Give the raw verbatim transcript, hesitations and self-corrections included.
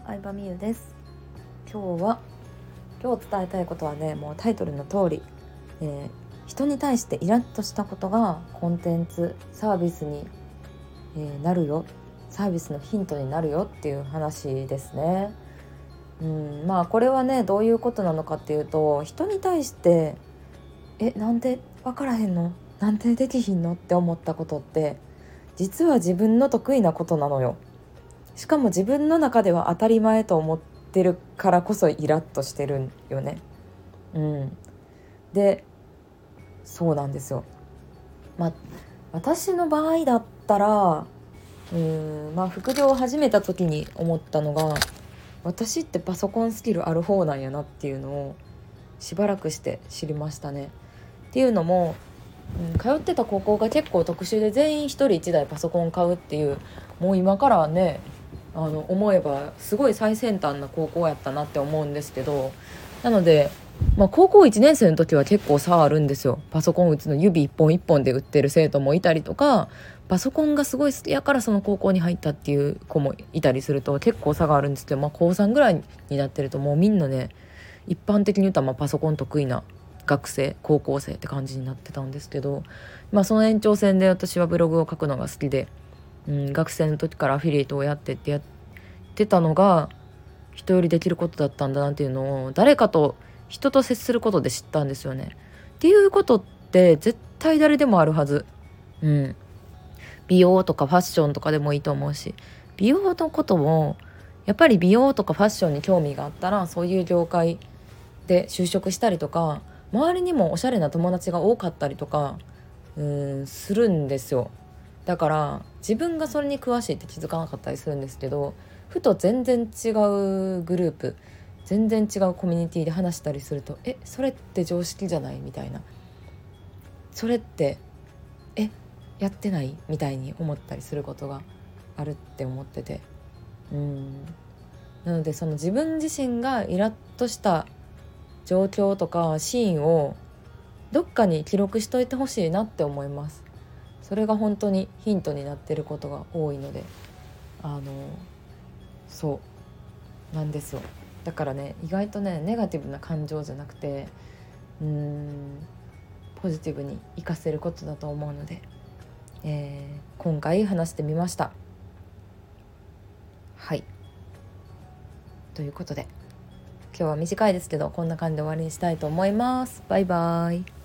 相葉美優です。今日は今日伝えたいことはね、もうタイトルの通り、えー、人に対してイラッとしたことがコンテンツサービスに、えー、なるよサービスのヒントになるよっていう話ですね。うんまあこれはね、どういうことなのかっていうと、人に対してえなんで分からへんの、なんでできひんのって思ったことって実は自分の得意なことなのよ。しかも自分の中では当たり前と思ってるからこそイラッとしてるんよね。うん、でそうなんですよ。まあ私の場合だったらうーんまあ副業を始めた時に思ったのが、私ってパソコンスキルある方なんやなっていうのをしばらくして知りましたね。っていうのも、うん、通ってた高校が結構特殊で、全員一人一台パソコン買うっていう、もう今からはねあの思えばすごい最先端な高校やったなって思うんですけど、なので、まあ、高校いちねん生の時は結構差あるんですよ。パソコン打つの指一本一本で打ってる生徒もいたりとか、パソコンがすごい好きやからその高校に入ったっていう子もいたりすると結構差があるんですけど、まあ、高さんぐらいになってるともうみんなね、一般的に言うとまあパソコン得意な学生高校生って感じになってたんですけど、まあ、その延長線で私はブログを書くのが好きで、うん、学生の時からアフィリエイトをやってってやってたのが人よりできることだったんだなっていうのを、誰かと人と接することで知ったんですよね。っていうことって絶対誰でもあるはず。うん、美容とかファッションとかでもいいと思うし、美容のこともやっぱり美容とかファッションに興味があったらそういう業界で就職したりとか、周りにもおしゃれな友達が多かったりとかうーんするんですよ。だから自分がそれに詳しいって気づかなかったりするんですけど、ふと全然違うグループ、全然違うコミュニティで話したりすると、えそれって常識じゃないみたいな、それってえやってないみたいに思ったりすることがあるって思ってて、うーんなのでその自分自身がイラッとした状況とかシーンをどっかに記録しといてほしいなって思います。それが本当にヒントになってることが多いので、あのそうなんですよ。だからね、意外とねネガティブな感情じゃなくて、うーんポジティブに活かせることだと思うので、えー今回話してみました。はいということで、今日は短いですけどこんな感じで終わりにしたいと思います。バイバイ。